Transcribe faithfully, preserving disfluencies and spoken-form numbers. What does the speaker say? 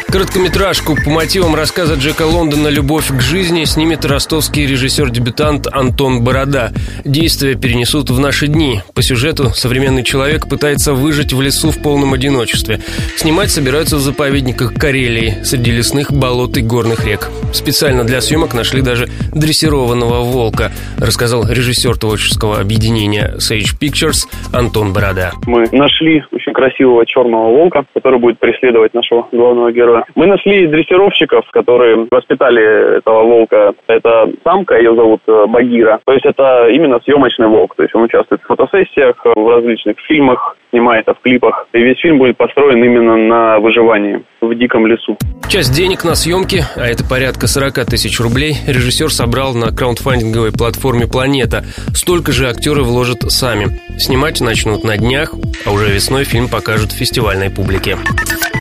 Короткометражку по мотивам рассказа Джека Лондона «Любовь к жизни» снимет ростовский режиссер-дебютант Антон Борода. Действия перенесут в наши дни. По сюжету современный человек пытается выжить в лесу в полном одиночестве. Снимать собираются в заповедниках Карелии, среди лесных болот и горных рек. Специально для съемок нашли даже дрессированного волка, рассказал режиссер творческого объединения Sage Pictures Антон Борода. Мы нашли очень красивого черного волка, который будет преследовать нашего главного героя. Мы нашли дрессировщиков, которые воспитали этого волка. Это самка, ее зовут Багира. То есть это именно съемочный волк. То есть он участвует в фотосессиях, в различных фильмах, снимается в клипах. И весь фильм будет построен именно на выживании в диком лесу. Часть денег на съемки, а это порядка сорок тысяч рублей, режиссер собрал на краундфандинговой платформе «Планета». Столько же актеры вложат сами. Снимать начнут на днях, а уже весной фильм покажут фестивальной публике.